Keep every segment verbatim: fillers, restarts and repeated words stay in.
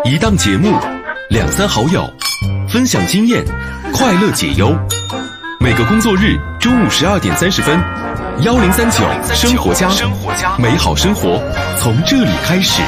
一档节目，两三好友，分享经验，快乐解忧。每个工作日中午十二点三十分，幺零三九生活家，美好生活从这里开始。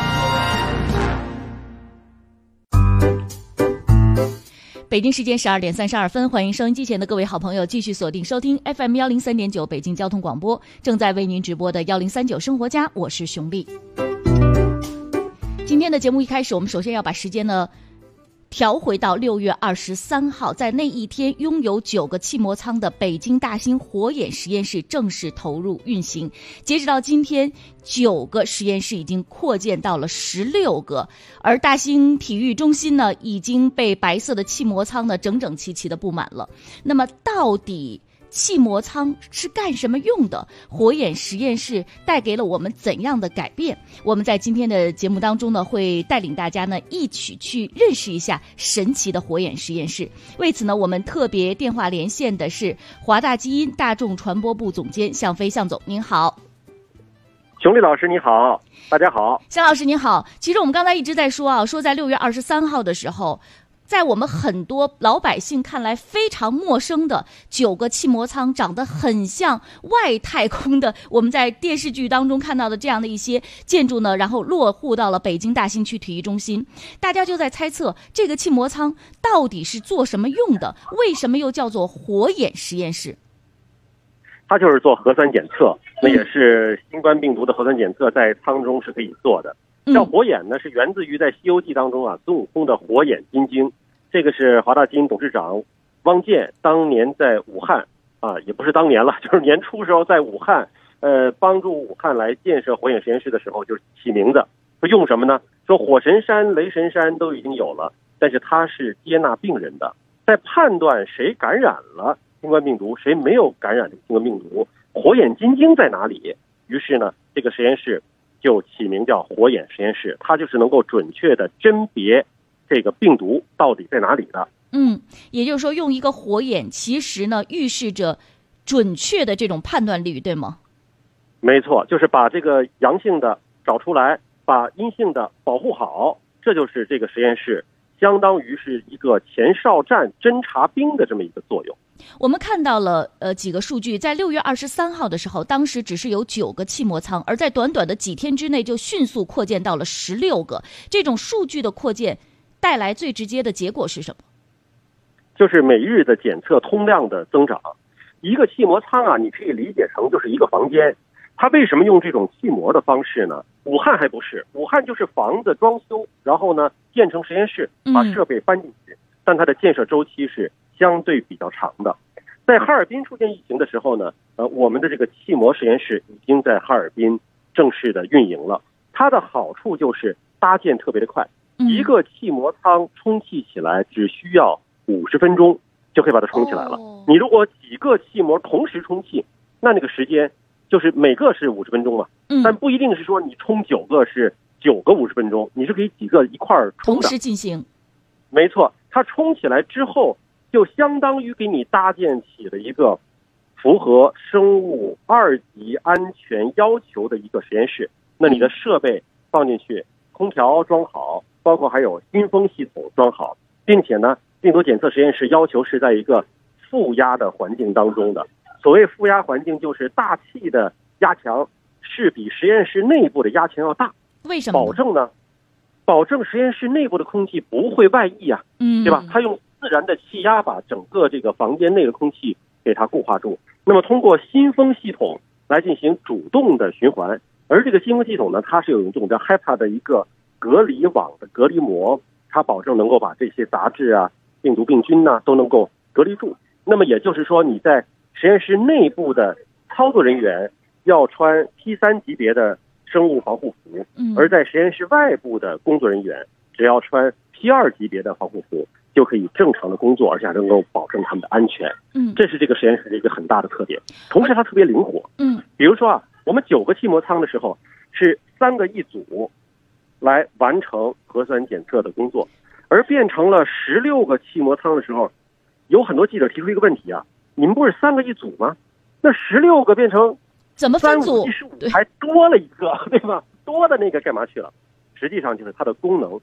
北京时间十二点三十二分，欢迎收音机前的各位好朋友继续锁定收听 F M 幺零三点九北京交通广播，正在为您直播的幺零三九生活家，我是熊丽。今天的节目一开始，我们首先要把时间呢调回到六月二十三号，在那一天，拥有九个气膜舱的北京大兴火眼实验室正式投入运行。截止到今天，九个实验室已经扩建到了十六个，而大兴体育中心呢，已经被白色的气膜舱呢整整齐齐的布满了。那么，到底气膜舱是干什么用的？火眼实验室带给了我们怎样的改变？我们在今天的节目当中呢，会带领大家呢一起去认识一下神奇的火眼实验室。为此呢，我们特别电话连线的是华大基因大众传播部总监向飞向总，您好。 熊丽老师你好，大家好。 向老师您好。其实我们刚才一直在说啊，说在六月二十三号的时候，在我们很多老百姓看来非常陌生的九个气膜舱，长得很像外太空的我们在电视剧当中看到的这样的一些建筑呢，然后落户到了北京大兴区体育中心。大家就在猜测，这个气膜舱到底是做什么用的？为什么又叫做火眼实验室？ 它就是做核酸检测，那也是新冠病毒的核酸检测，在舱中是可以做的。叫火眼呢，是源自于在《西游记》当中啊，孙悟空的火眼金睛。这个是华大基因董事长汪建当年在武汉啊，也不是当年了，就是年初时候在武汉，呃，帮助武汉来建设火眼实验室的时候，就是起名字，说用什么呢？说火神山、雷神山都已经有了，但是它是接纳病人的，在判断谁感染了新冠病毒，谁没有感染这个新冠病毒，火眼金睛在哪里？于是呢，这个实验室就起名叫火眼实验室，它就是能够准确的甄别这个病毒到底在哪里的。 嗯，也就是说，用一个火眼，其实呢，预示着准确的这种判断率，对吗？ 没错，就是把这个阳性的找出来，把阴性的保护好，这就是这个实验室相当于是一个前哨站侦察兵的这么一个作用。 我们看到了呃几个数据，在六月二十三号的时候，当时只是有九个气膜舱，而在短短的几天之内就迅速扩建到了十六个。这种数据的扩建带来最直接的结果是什么？ 就是每日的检测通量的增长。一个气膜舱啊，你可以理解成就是一个房间。它为什么用这种气膜的方式呢？武汉还不是，武汉就是房子装修，然后呢建成实验室，把设备搬进去，嗯、但它的建设周期是相对比较长的。在哈尔滨出现疫情的时候呢，呃，我们的这个气膜实验室已经在哈尔滨正式的运营了。它的好处就是搭建特别的快，一个气膜舱充气起来只需要五十分钟就可以把它充起来了。你如果几个气膜同时充气，那那个时间就是每个是五十分钟嘛，但不一定是说你充九个是九个五十分钟，你是可以几个一块儿充的， 同时进行。 没错，它充起来之后，就相当于给你搭建起了一个符合生物二级安全要求的一个实验室。那你的设备放进去，空调装好，包括还有新风系统装好，并且呢，病毒检测实验室要求是在一个负压的环境当中的。所谓负压环境，就是大气的压强是比实验室内部的压强要大。 为什么？ 保证呢？保证实验室内部的空气不会外溢啊，嗯，对吧？它用自然的气压把整个这个房间内的空气给它固化住。那么通过新风系统来进行主动的循环，而这个新风系统呢，它是有一种叫 HEPA 的一个隔离网的隔离膜，它保证能够把这些杂质啊、病毒病菌呢都能够隔离住。那么也就是说，你在实验室内部的操作人员要穿 P 三 级别的生物防护服，而在实验室外部的工作人员只要穿 P 二 级别的防护服就可以正常的工作，而且还能够保证他们的安全。嗯，这是这个实验室的一个很大的特点。同时它特别灵活。嗯，比如说啊，我们九个气膜舱的时候是三个一组来完成核酸检测的工作，而变成了十六个气膜舱的时候，有很多记者提出一个问题啊，你们不是三个一组吗？那十六个变成怎么分组？ 十五还多了一个，对吧？多的那个干嘛去了？实际上就是它的功能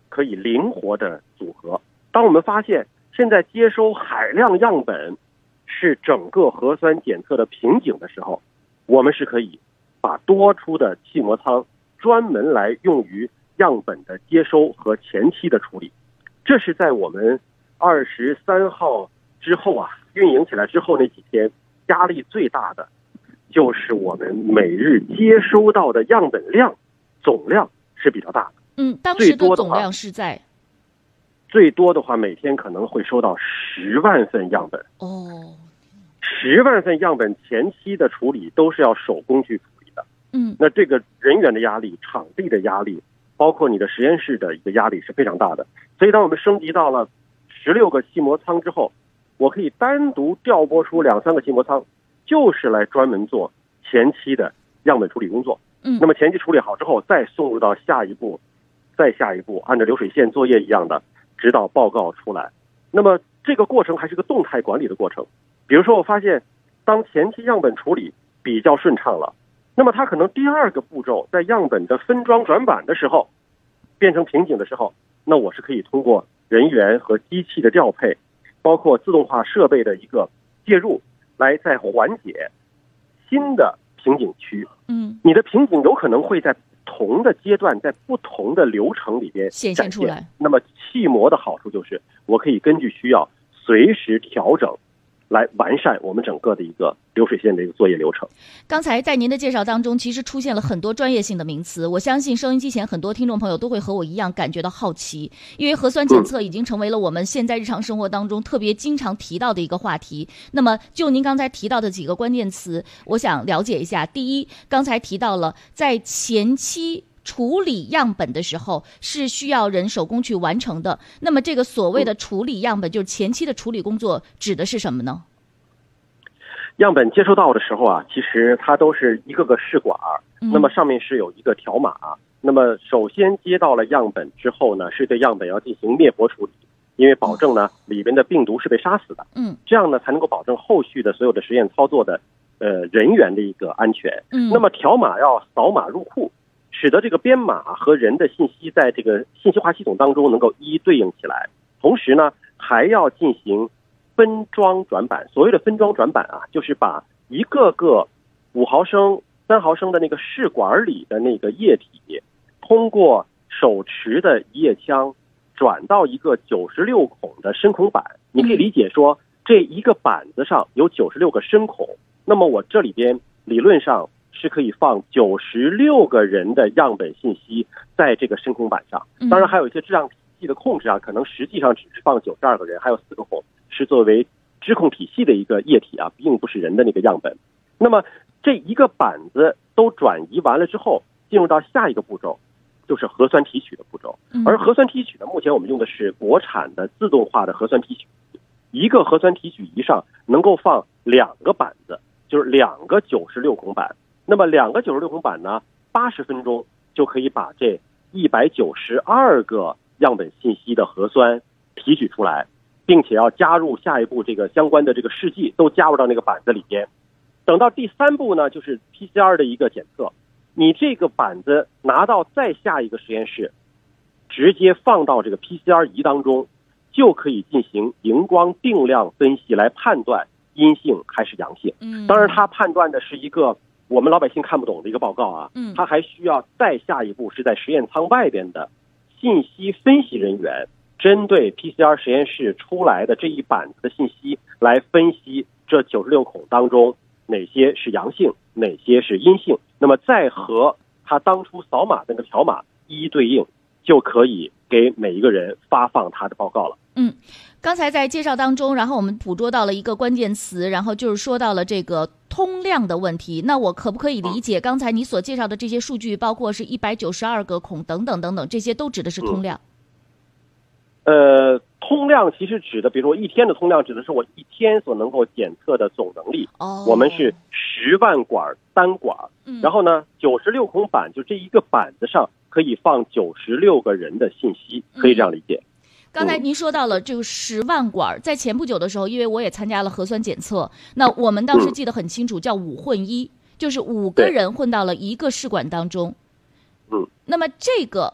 可以灵活的组合。当我们发现现在接收海量样本是整个核酸检测的瓶颈的时候，我们是可以把多出的气膜舱专门来用于样本的接收和前期的处理。这是在我们二十三号之后啊，运营起来之后那几天，压力最大的就是我们每日接收到的样本量总量是比较大的。 嗯，当时的总量是在最多的话，每天可能会收到十万份样本。 哦， 十万份样本前期的处理都是要手工去处理的。 嗯， 那这个人员的压力、场地的压力，包括你的实验室的一个压力是非常大的。所以当我们升级到了十六个气膜舱之后，我可以单独调拨出两三个气膜舱，就是来专门做前期的样本处理工作。 嗯， 那么前期处理好之后，再送入到下一步，再下一步，按照流水线作业一样的，直到报告出来。那么这个过程还是个动态管理的过程。比如说我发现当前期样本处理比较顺畅了，那么它可能第二个步骤在样本的分装转板的时候变成瓶颈的时候，那我是可以通过人员和机器的调配，包括自动化设备的一个介入，来再缓解新的瓶颈区。 嗯， 你的瓶颈有可能会在不同的阶段，在不同的流程里边显现出来。 那么气膜的好处就是我可以根据需要随时调整，来完善我们整个的一个流水线的一个作业流程。 刚才在您的介绍当中，其实出现了很多专业性的名词，我相信收音机前很多听众朋友都会和我一样感觉到好奇，因为核酸检测已经成为了我们现在日常生活当中特别经常提到的一个话题。那么就您刚才提到的几个关键词，我想了解一下。第一，刚才提到了在前期处理样本的时候是需要人手工去完成的，那么这个所谓的处理样本，就是前期的处理工作指的是什么呢？ 样本接收到的时候啊，其实它都是一个个试管，那么上面是有一个条码。那么首先接到了样本之后呢，是对样本要进行灭活处理，因为保证呢里边的病毒是被杀死的。嗯，这样呢才能够保证后续的所有的实验操作的呃人员的一个安全。嗯，那么条码要扫码入库，使得这个编码和人的信息在这个信息化系统当中能够一一对应起来。同时呢，还要进行分装转板。所谓的分装转板啊，就是把一个个五毫升、三毫升的那个试管里的那个液体，通过手持的一液枪转到一个九十六孔的深孔板。你可以理解说，这一个板子上有九十六个深孔，那么我这里边理论上是可以放九十六个人的样本信息在这个深孔板上。当然还有一些质量体系的控制啊，可能实际上只是放九十二个人，还有四个孔是作为质控体系的一个液体啊，并不是人的那个样本。那么这一个板子都转移完了之后，进入到下一个步骤，就是核酸提取的步骤。而核酸提取呢，目前我们用的是国产的自动化的核酸提取，一个核酸提取仪上能够放两个板子，就是两个九十六孔板。那么两个九十六孔板呢，八十分钟就可以把这一百九十二个样本信息的核酸提取出来，并且要加入下一步这个相关的这个试剂都加入到那个板子里边。等到第三步呢，就是 P C R 的一个检测。你这个板子拿到再下一个实验室，直接放到这个 P C R 仪当中，就可以进行荧光定量分析来判断阴性还是阳性。当然它判断的是一个我们老百姓看不懂的一个报告啊，它还需要再下一步是在实验舱外边的信息分析人员针对 P C R 实验室出来的这一板子的信息来分析这九十六孔当中哪些是阳性，哪些是阴性，那么再和他当初扫码那个条码一一对应，就可以给每一个人发放他的报告了。 嗯，刚才在介绍当中，然后我们捕捉到了一个关键词，然后就是说到了这个通量的问题。那我可不可以理解刚才你所介绍的这些数据，包括是一百九十二个孔等等等等，这些都指的是通量？ 嗯、呃，通量其实指的，比如说一天的通量指的是我一天所能够检测的总能力。哦，我们是十万管单管，嗯，然后呢，九十六孔板就这一个板子上可以放九十六个人的信息，可以这样理解。嗯， 刚才您说到了这个十万管，在前不久的时候，因为我也参加了核酸检测，那我们当时记得很清楚，叫五混一，就是五个人混到了一个试管当中。嗯，那么这个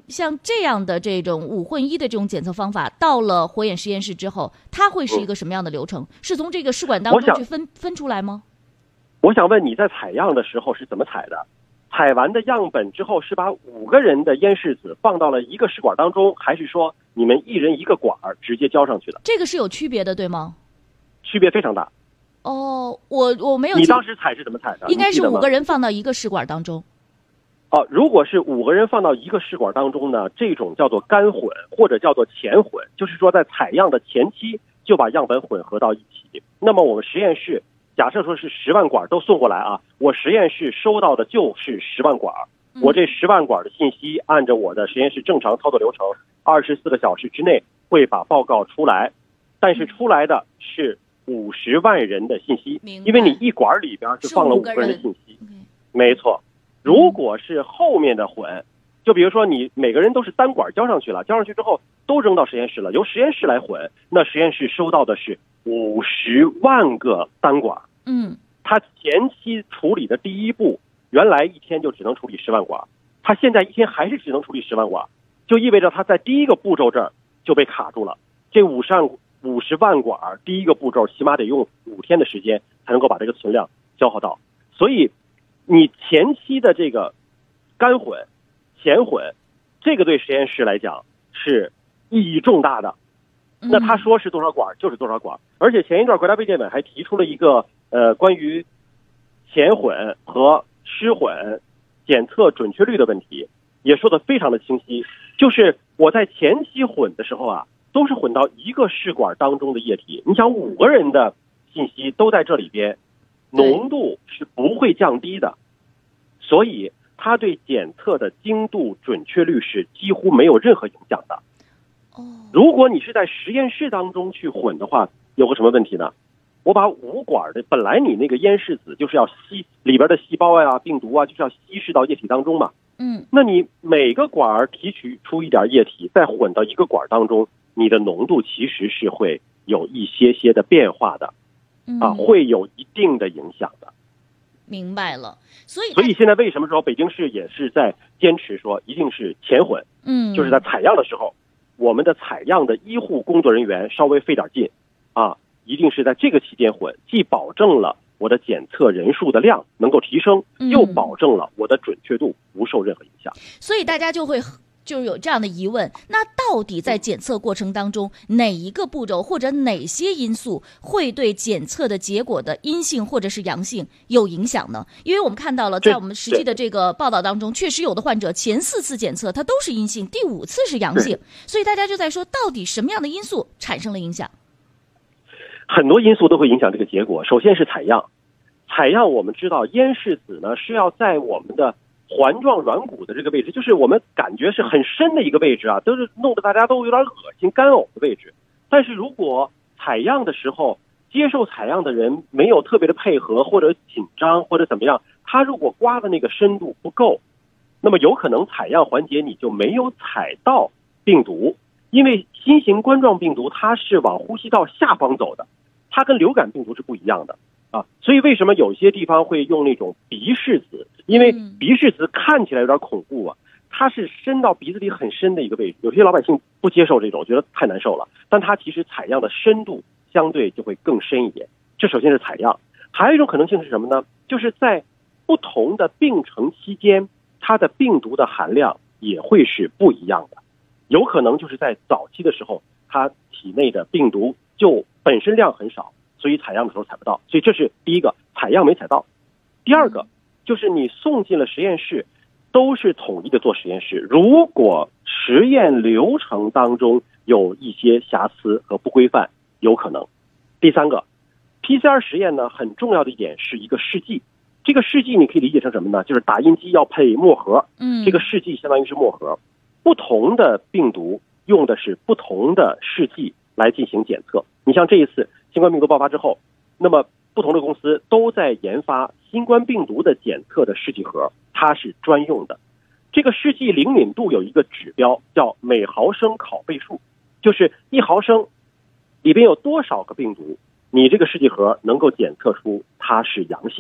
像这样的这种五混一的这种检测方法，到了火眼实验室之后，它会是一个什么样的流程？嗯、是从这个试管当中去分分出来吗？ 我想问你在采样的时候是怎么采的？采完的样本之后是把五个人的咽拭子放到了一个试管当中，还是说你们一人一个管直接交上去的？ 这个是有区别的，对吗？ 区别非常大。 哦，我我没有。 你当时采是怎么采的？ 应该是五个人放到一个试管当中。 哦，如果是五个人放到一个试管当中呢，这种叫做干混或者叫做前混，就是说在采样的前期就把样本混合到一起。那么我们实验室假设说是十万管都送过来啊，我实验室收到的就是十万管，我这十万管的信息按照我的实验室正常操作流程，二十四个小时之内会把报告出来，但是出来的是五十万人的信息，因为你一管里边是放了五个人的信息，没错。如果是后面的混，就比如说你每个人都是单管交上去了，交上去之后都扔到实验室了，由实验室来混，那实验室收到的是五十万个单管。 嗯， 他前期处理的第一步，原来一天就只能处理十万管，他现在一天还是只能处理十万管，就意味着他在第一个步骤这儿就被卡住了。这五十万五十万管第一个步骤起码得用五天的时间才能够把这个存量消耗到，所以你前期的这个干混、前混，这个对实验室来讲是意义重大的。那他说是多少管就是多少管，而且前一段国家卫健委还提出了一个呃关于前混和湿混检测准确率的问题，也说得非常的清晰。就是我在前期混的时候啊，都是混到一个试管当中的液体，你想五个人的信息都在这里边，浓度是不会降低的，所以它对检测的精度准确率是几乎没有任何影响的。如果你是在实验室当中去混的话，有个什么问题呢？我把五管的，本来你那个咽拭子就是要吸里边的细胞啊、病毒啊，就是要稀释到液体当中嘛。 嗯， 那你每个管提取出一点液体，再混到一个管当中，你的浓度其实是会有一些些的变化的，啊，会有一定的影响的。 明白了，所以所以现在为什么说北京市也是在坚持说一定是前混？ 嗯， 就是在采样的时候，我们的采样的医护工作人员稍微费点劲啊，一定是在这个期间混，既保证了我的检测人数的量能够提升，又保证了我的准确度不受任何影响。 所以大家就会就是有这样的疑问，那到底在检测过程当中，哪一个步骤或者哪些因素会对检测的结果的阴性或者是阳性有影响呢？因为我们看到了，在我们实际的这个报道当中，确实有的患者前四次检测它都是阴性，第五次是阳性，所以大家就在说，到底什么样的因素产生了影响？ 很多因素都会影响这个结果。首先是采样，采样我们知道咽拭子呢是要在我们的环状软骨的这个位置，就是我们感觉是很深的一个位置啊，都是弄得大家都有点恶心干呕的位置。但是如果采样的时候接受采样的人没有特别的配合或者紧张或者怎么样，他如果刮的那个深度不够，那么有可能采样环节你就没有采到病毒。因为新型冠状病毒它是往呼吸道下方走的，它跟流感病毒是不一样的啊，所以为什么有些地方会用那种鼻拭子？因为鼻拭子看起来有点恐怖啊，它是伸到鼻子里很深的一个位置，有些老百姓不接受这种，觉得太难受了，但它其实采样的深度相对就会更深一点。这首先是采样，还有一种可能性是什么呢？就是在不同的病程期间，它的病毒的含量也会是不一样的。有可能就是在早期的时候，它体内的病毒就本身量很少，所以采样的时候采不到，所以这是第一个，采样没采到。第二个就是你送进了实验室，都是统一的做实验室，如果实验流程当中有一些瑕疵和不规范，有可能。第三个 P C R 实验呢，很重要的一点是一个试剂，这个试剂你可以理解成什么呢？就是打印机要配墨盒， 嗯， 这个试剂相当于是墨盒，不同的病毒用的是不同的试剂来进行检测。你像这一次新冠病毒爆发之后，那么不同的公司都在研发新冠病毒的检测的试剂盒，它是专用的。这个试剂灵敏度有一个指标叫每毫升拷贝数，就是一毫升里边有多少个病毒，你这个试剂盒能够检测出它是阳性。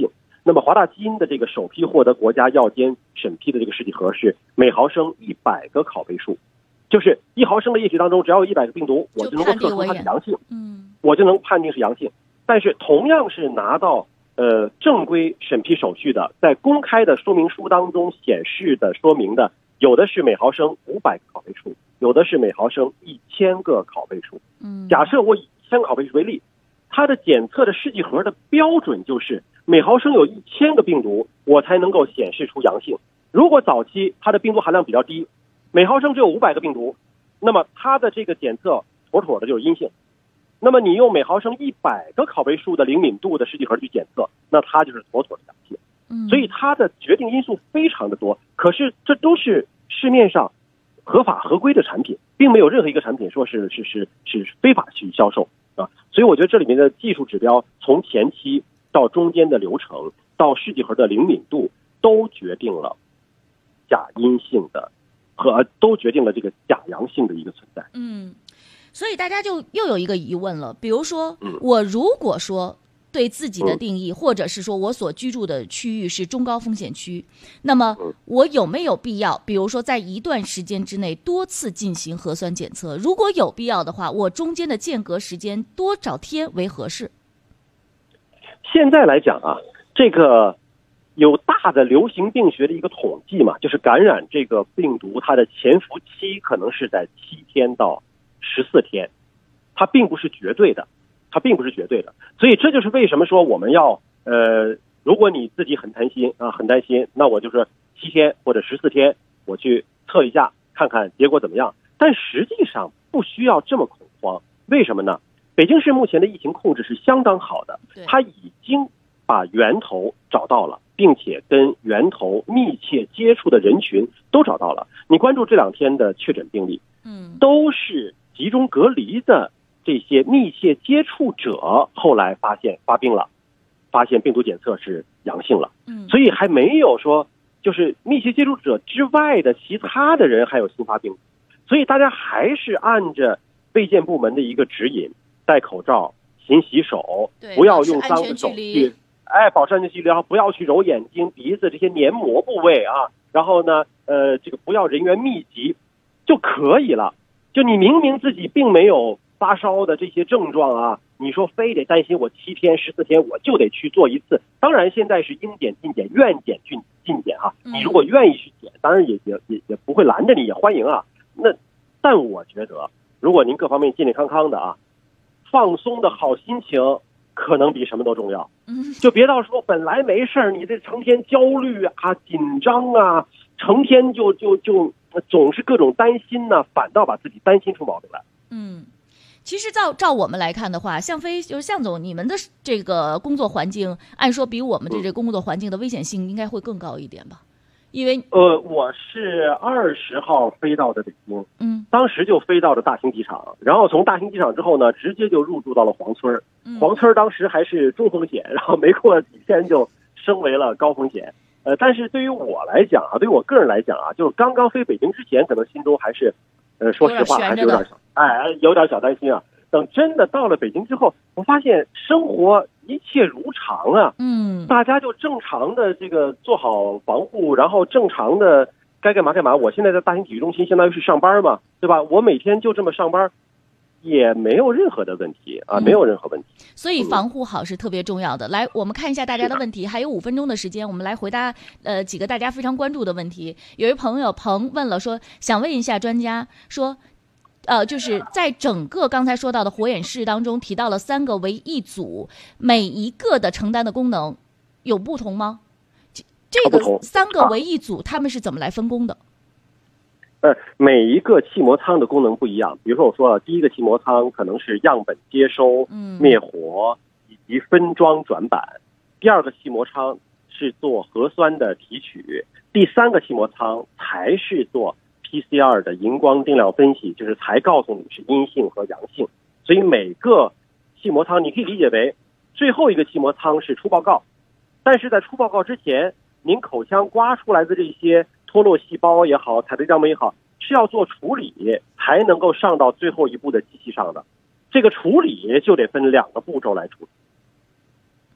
那么华大基因的这个首批获得国家药监审批的这个试剂盒是每毫升一百个拷贝数，就是一毫升的液体当中只要有一百个病毒，我就能够测出它的阳性，嗯，我就能判定是阳性。但是同样是拿到呃正规审批手续的，在公开的说明书当中显示的说明的，有的是每毫升五百个拷贝数，有的是每毫升一千个拷贝数。嗯，假设我以一千拷贝数为例，它的检测的试剂盒的标准就是每毫升有一千个病毒，我才能够显示出阳性。如果早期它的病毒含量比较低，每毫升只有五百个病毒，那么它的这个检测妥妥的就是阴性。那么你用每毫升一百个拷贝数的灵敏度的试剂盒去检测，那它就是妥妥的阳性。嗯，所以它的决定因素非常的多。可是这都是市面上合法合规的产品，并没有任何一个产品说是是是是非法去销售啊。所以我觉得这里面的技术指标，从前期到中间的流程，到试剂盒的灵敏度，都决定了假阴性的和都决定了这个假阳性的一个存在。 嗯，所以大家就又有一个疑问了，比如说，我如果说对自己的定义，或者是说我所居住的区域是中高风险区，那么我有没有必要，比如说在一段时间之内多次进行核酸检测？如果有必要的话，我中间的间隔时间多少天为合适？ 现在来讲啊，这个有大的流行病学的一个统计嘛，就是感染这个病毒它的潜伏期可能是在七天到十四天，它并不是绝对的，它并不是绝对的。所以这就是为什么说我们要呃，如果你自己很担心啊，很担心，那我就是七天或者十四天我去测一下，看看结果怎么样。但实际上不需要这么恐慌，为什么呢？北京市目前的疫情控制是相当好的，它已经把源头找到了，并且跟源头密切接触的人群都找到了。你关注这两天的确诊病例，嗯，都是集中隔离的这些密切接触者，后来发现发病了，发现病毒检测是阳性了，嗯，所以还没有说就是密切接触者之外的其他的人还有新发病，所以大家还是按着卫健部门的一个指引。戴口罩、勤洗手，不要用脏的手去，哎，保持安全距离，然后不要去揉眼睛、鼻子这些黏膜部位啊，然后呢，呃，这个不要人员密集就可以了。就你明明自己并没有发烧的这些症状啊，你说非得担心我七天、十四天我就得去做一次。当然，现在是应检尽检、愿检尽尽检啊。你如果愿意去检，当然也也也也不会拦着你，也欢迎啊。那但我觉得，如果您各方面健健康康的啊。放松的好心情可能比什么都重要，就别到说本来没事，你这成天焦虑啊、紧张啊，成天就就就总是各种担心呢、啊，反倒把自己担心出毛病来。 嗯，其实照照我们来看的话，向飞就是向总，你们的这个工作环境，按说比我们的这个工作环境的危险性应该会更高一点吧？因为呃，我是二十号飞到的北京，嗯，当时就飞到了大兴机场，然后从大兴机场之后呢，直接就入住到了黄村。嗯、黄村当时还是中风险，然后没过几天就升为了高风险。呃，但是对于我来讲啊，对于我个人来讲啊，就是刚刚飞北京之前，可能心中还是，呃，说实话还是有点小，哎，有点小担心啊。等真的到了北京之后，我发现生活一切如常啊，嗯，大家就正常的这个做好防护，然后正常的该干嘛干嘛。我现在在大型体育中心，相当于是上班嘛，对吧？我每天就这么上班，也没有任何的问题啊，没有任何问题。 嗯、所以防护好是特别重要的。嗯、来，我们看一下大家的问题，还有五分钟的时间，我们来回答呃几个大家非常关注的问题。有一朋友彭问了说，想问一下专家说。呃，就是在整个刚才说到的火眼视当中提到了三个为一组，每一个的承担的功能有不同吗？这个三个为一组，他们是怎么来分工的？ 呃，每一个气膜舱的功能不一样。比如说我说了，第一个气膜舱可能是样本接收、灭活以及分装转板；第二个气膜舱是做核酸的提取；第三个气膜舱才是做P C R 的荧光定量分析，就是才告诉你是阴性和阳性。所以每个气膜舱你可以理解为最后一个气膜舱是出报告，但是在出报告之前，您口腔刮出来的这些脱落细胞也好，采的样本也好，是要做处理才能够上到最后一步的机器上的。这个处理就得分两个步骤来处理。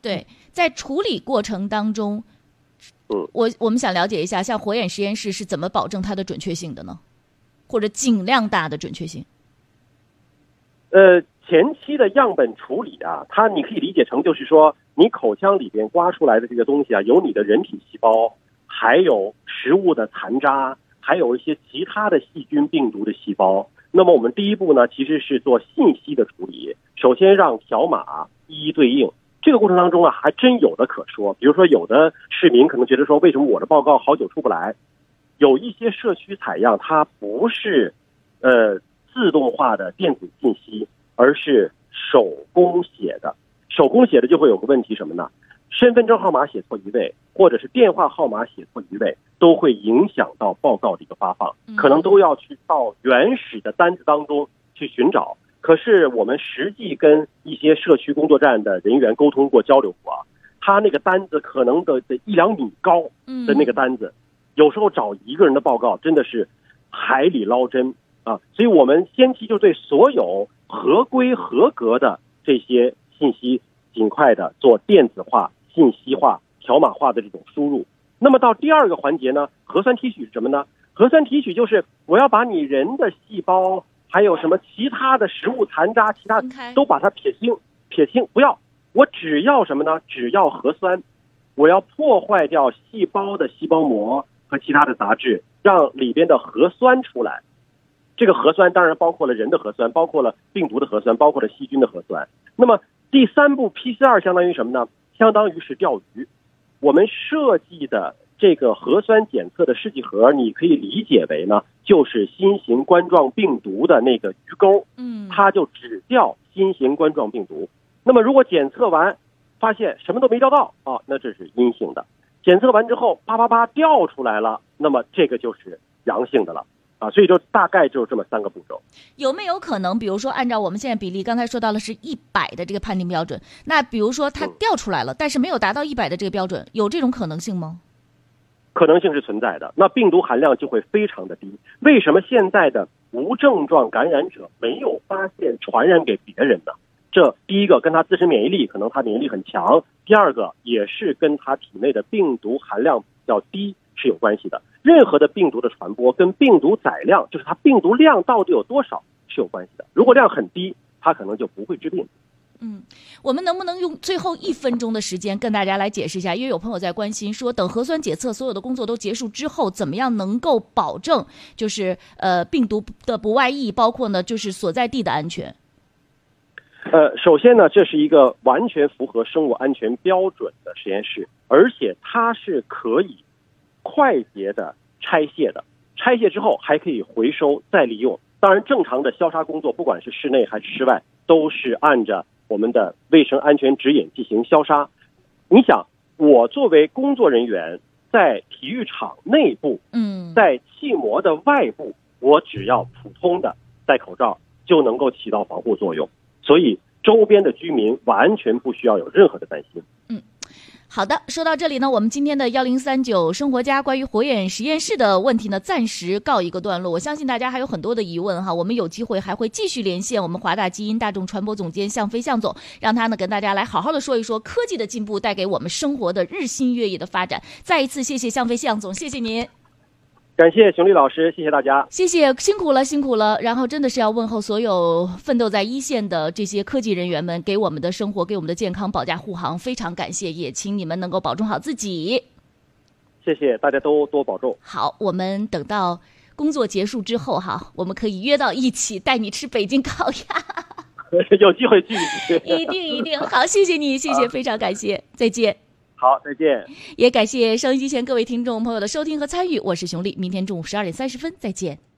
对，在处理过程当中， 嗯， 我我们想了解一下，像火眼实验室是怎么保证它的准确性的呢？或者尽量大的准确性？ 呃，前期的样本处理啊，它你可以理解成就是说，你口腔里边刮出来的这个东西啊，有你的人体细胞，还有食物的残渣，还有一些其他的细菌、病毒的细胞。那么我们第一步呢，其实是做信息的处理，首先让条码一一对应。这个过程当中啊，还真有的可说。比如说，有的市民可能觉得说，为什么我的报告好久出不来？有一些社区采样，它不是呃自动化的电子信息，而是手工写的。手工写的就会有个问题什么呢？身份证号码写错一位，或者是电话号码写错一位，都会影响到报告的一个发放，可能都要去到原始的单子当中去寻找。可是我们实际跟一些社区工作站的人员沟通过、交流过，他那个单子可能的的一两米高的那个单子，有时候找一个人的报告真的是海里捞针啊！所以我们先期就对所有合规合格的这些信息尽快的做电子化、信息化、条码化的这种输入。那么到第二个环节呢，核酸提取是什么呢？核酸提取就是我要把你人的细胞，还有什么其他的食物残渣，其他都把它撇清，撇清，不要，我只要什么呢？只要核酸，我要破坏掉细胞的细胞膜和其他的杂质，让里边的核酸出来。这个核酸当然包括了人的核酸，包括了病毒的核酸，包括了细菌的核酸。那么第三步 P C R 相当于什么呢？相当于是钓鱼。我们设计的这个核酸检测的试剂盒，你可以理解为呢，就是新型冠状病毒的那个鱼钩， 嗯， 它就只钓新型冠状病毒。那么如果检测完发现什么都没钓到啊，那这是阴性的。检测完之后啪啪啪掉出来了，那么这个就是阳性的了啊。所以就大概就是这么三个步骤。 有没有可能，比如说按照我们现在比例，刚才说到了是一百的这个判定标准，那比如说它掉出来了，嗯、但是没有达到一百的这个标准，有这种可能性吗？ 可能性是存在的，那病毒含量就会非常的低。为什么现在的无症状感染者没有发现传染给别人呢？这第一个跟他自身免疫力，可能他免疫力很强；第二个也是跟他体内的病毒含量比较低是有关系的。任何的病毒的传播跟病毒载量，就是它病毒量到底有多少是有关系的。如果量很低，它可能就不会致病。 嗯，我们能不能用最后一分钟的时间跟大家来解释一下？因为有朋友在关心说，等核酸检测所有的工作都结束之后，怎么样能够保证就是呃病毒的不外溢，包括呢就是所在地的安全？ 呃，首先呢，这是一个完全符合生物安全标准的实验室，而且它是可以快捷的拆卸的，拆卸之后还可以回收再利用。当然，正常的消杀工作，不管是室内还是室外，都是按着我们的卫生安全指引进行消杀。你想，我作为工作人员，在体育场内部， 嗯， 在气膜的外部，我只要普通的戴口罩就能够起到防护作用。所以，周边的居民完全不需要有任何的担心。 嗯。好的，说到这里呢，我们今天的幺零三九生活家关于火眼实验室的问题呢，暂时告一个段落。我相信大家还有很多的疑问哈，我们有机会还会继续连线我们华大基因大众传播总监向飞向总，让他呢跟大家来好好的说一说科技的进步带给我们生活的日新月异的发展。再一次谢谢向飞向总，谢谢您。 感谢熊丽老师，谢谢大家， 谢谢，辛苦了，辛苦了。然后真的是要问候所有奋斗在一线的这些科技人员们，给我们的生活、给我们的健康保驾护航，非常感谢，也请你们能够保重好自己。 谢谢，大家都多保重。 好，我们等到工作结束之后哈，我们可以约到一起，带你吃北京烤鸭。 有机会聚一聚。 一定一定。好，谢谢你，谢谢，非常感谢，再见。 好，再见。 也感谢收音机前各位听众朋友的收听和参与，我是熊丽，明天中午十二点三十分再见。